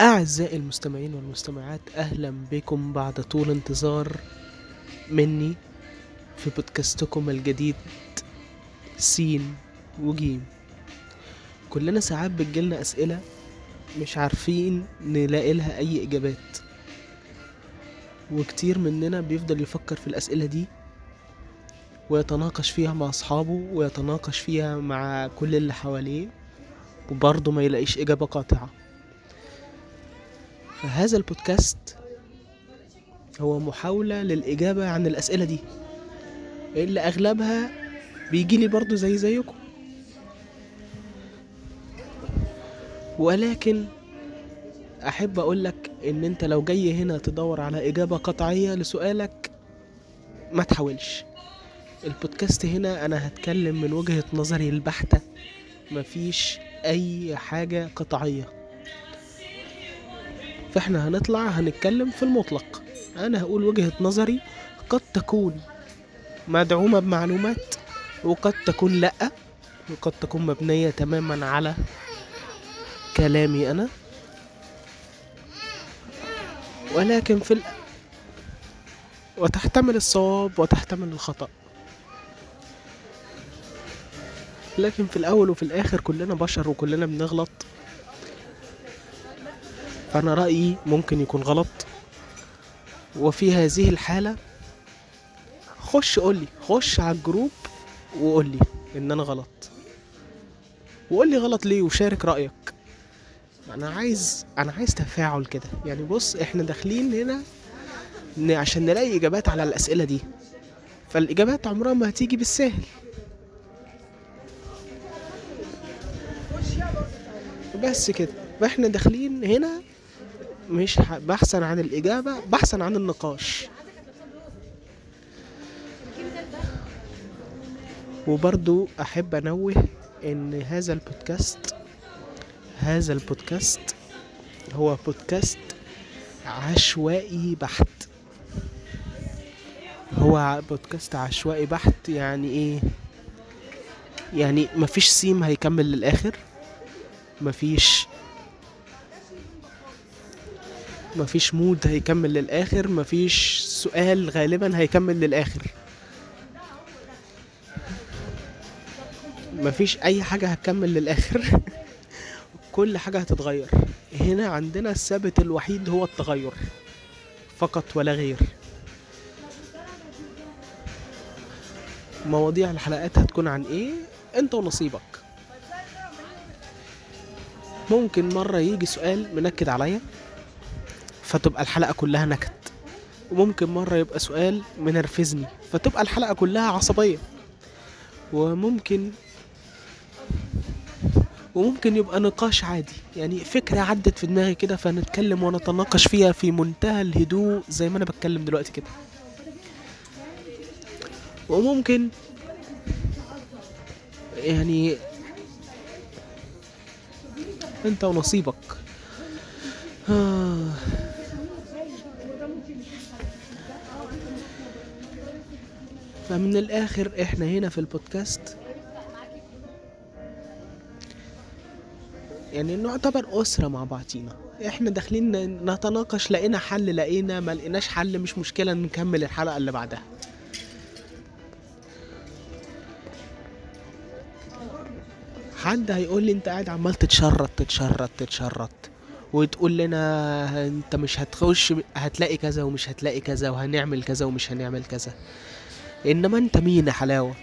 أعزائي المستمعين والمستمعات، أهلا بكم بعد طول انتظار مني في بودكاستكم الجديد سين وجيم. كلنا ساعات بتجيلنا أسئلة مش عارفين نلاقي لها أي إجابات، وكتير مننا بيفضل يفكر في الأسئلة دي ويتناقش فيها مع أصحابه ويتناقش فيها مع كل اللي حواليه، وبرضه ما يلاقيش إجابة قاطعة. فهذا البودكاست هو محاولة للإجابة عن الأسئلة دي اللي أغلبها بيجيلي برضو زيكم، ولكن أحب أقولك إن أنت لو جاي هنا تدور على إجابة قطعية لسؤالك ما تحاولش. البودكاست هنا أنا هتكلم من وجهة نظري البحتة، مفيش أي حاجة قطعية، فإحنا هنتكلم في المطلق. أنا هقول وجهة نظري قد تكون مدعومة بمعلومات وقد تكون لأ، وقد تكون مبنية تماما على كلامي أنا، ولكن وتحتمل الصواب وتحتمل الخطأ، لكن في الأول وفي الآخر كلنا بشر وكلنا بنغلط. فأنا رأيي ممكن يكون غلط، وفي هذه الحالة خش على الجروب وقولي إن أنا غلط، وقولي غلط ليه وشارك رأيك. انا عايز تفاعل كده. يعني بص، احنا داخلين هنا عشان نلاقي اجابات على الاسئله دي، فالاجابات عمرها ما هتيجي بالسهل، بس كده. فاحنا داخلين هنا مش بحثا عن الاجابه، بحثا عن النقاش. وبرضو احب انوه ان هذا البودكاست هو بودكاست عشوائي بحت. هو بودكاست عشوائي بحت. يعني ايه؟ يعني مفيش سيم هيكمل للآخر، مفيش مود هيكمل للآخر، مفيش سؤال غالبا هيكمل للآخر، مفيش اي حاجة هتكمل للآخر. كل حاجة هتتغير. هنا عندنا الثابت الوحيد هو التغير فقط ولا غير. مواضيع الحلقات هتكون عن ايه؟ انت ونصيبك. ممكن مرة يجي سؤال منكد عليا فتبقى الحلقة كلها نكد، وممكن مرة يبقى سؤال منرفزني فتبقى الحلقة كلها عصبية، وممكن يبقى نقاش عادي. يعني فكرة عدت في دماغي كده فنتكلم ونتناقش فيها في منتهى الهدوء زي ما انا بتكلم دلوقتي كده. وممكن يعني انت ونصيبك. فمن الاخر احنا هنا في البودكاست يعني نعتبر أسرة مع بعضينا. احنا داخلين نتناقش، لقينا حل لقينا، ما لقيناش حل مش مشكلة، نكمل الحلقة اللي بعدها. حد هيقول لي انت قاعد عمال تتشرط وتقول لنا انت مش هتخش، هتلاقي كذا ومش هتلاقي كذا، وهنعمل كذا ومش هنعمل كذا. انما انت مين يا حلاوة؟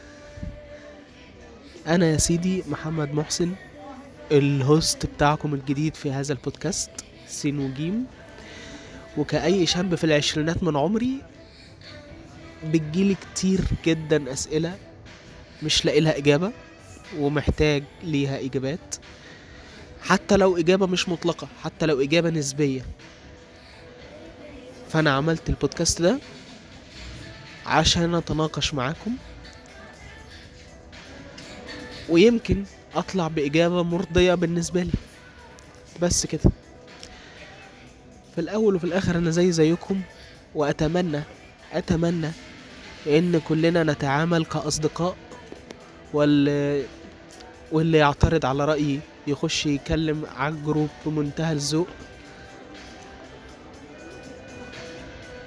انا يا سيدي محمد محسن، الهوست بتاعكم الجديد في هذا البودكاست سين وجيم. وكأي شاب في العشرينات من عمري بتجيلي كتير جدا أسئلة مش لاقي لها إجابة ومحتاج ليها إجابات، حتى لو إجابة مش مطلقة، حتى لو إجابة نسبية. فأنا عملت البودكاست ده عشان أتناقش معاكم، ويمكن أطلع بإجابة مرضية بالنسبة لي، بس كده. في الأول وفي الآخر أنا زيكم، وأتمنى إن كلنا نتعامل كأصدقاء، واللي يعترض على رأيي يخش يكلم على الجروب بمنتهى الذوق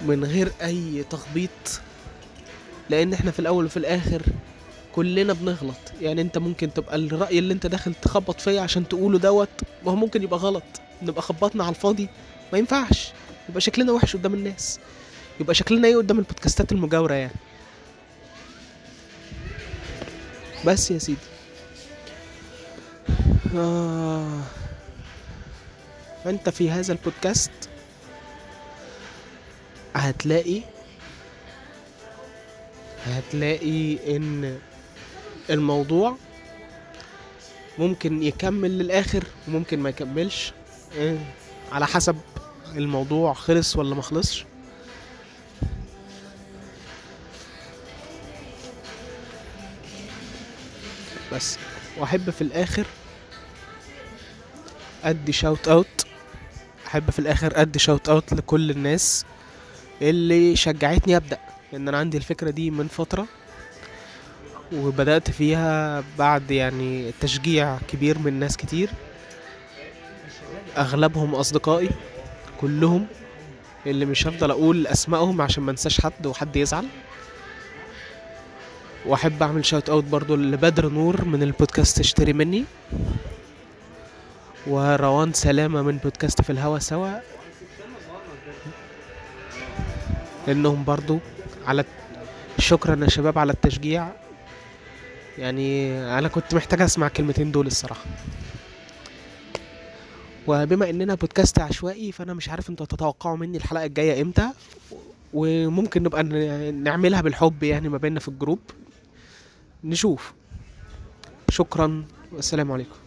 من غير اي تخبيط، لان احنا في الاول وفي الاخر كلنا بنغلط. يعني انت ممكن تبقى الرأي اللي انت داخل تخبط فيه عشان تقوله دوت وهو ممكن يبقى غلط، نبقى خبطنا على الفاضي. ما ينفعش يبقى شكلنا وحش قدام الناس، يبقى شكلنا ايه قدام البودكاستات المجاورة يعني. بس يا سيدي، انت في هذا البودكاست هتلاقي ان الموضوع ممكن يكمل للآخر وممكن ما يكملش، على حسب الموضوع خلص ولا ما خلصش. بس واحب في الاخر ادي شاوت اوت لكل الناس اللي شجعتني ابدا، لان انا عندي الفكره دي من فتره، وبدات فيها بعد يعني تشجيع كبير من ناس كتير، اغلبهم اصدقائي كلهم، اللي مش هفضل اقول اسمائهم عشان ما انساش حد وحد يزعل. واحب اعمل شاوت اوت برضو لبدر نور من البودكاست اشتري مني، وروان سلامة من بودكاست في الهوا سوا، انهم برضو على شكرا يا شباب على التشجيع. يعني انا كنت محتاج اسمع كلمتين دول الصراحة. وبما اننا بودكاست عشوائي، فانا مش عارف انتوا تتوقعوا مني الحلقة الجاية امتى، وممكن نبقى نعملها بالحب يعني ما بيننا في الجروب، نشوف. شكرا والسلام عليكم.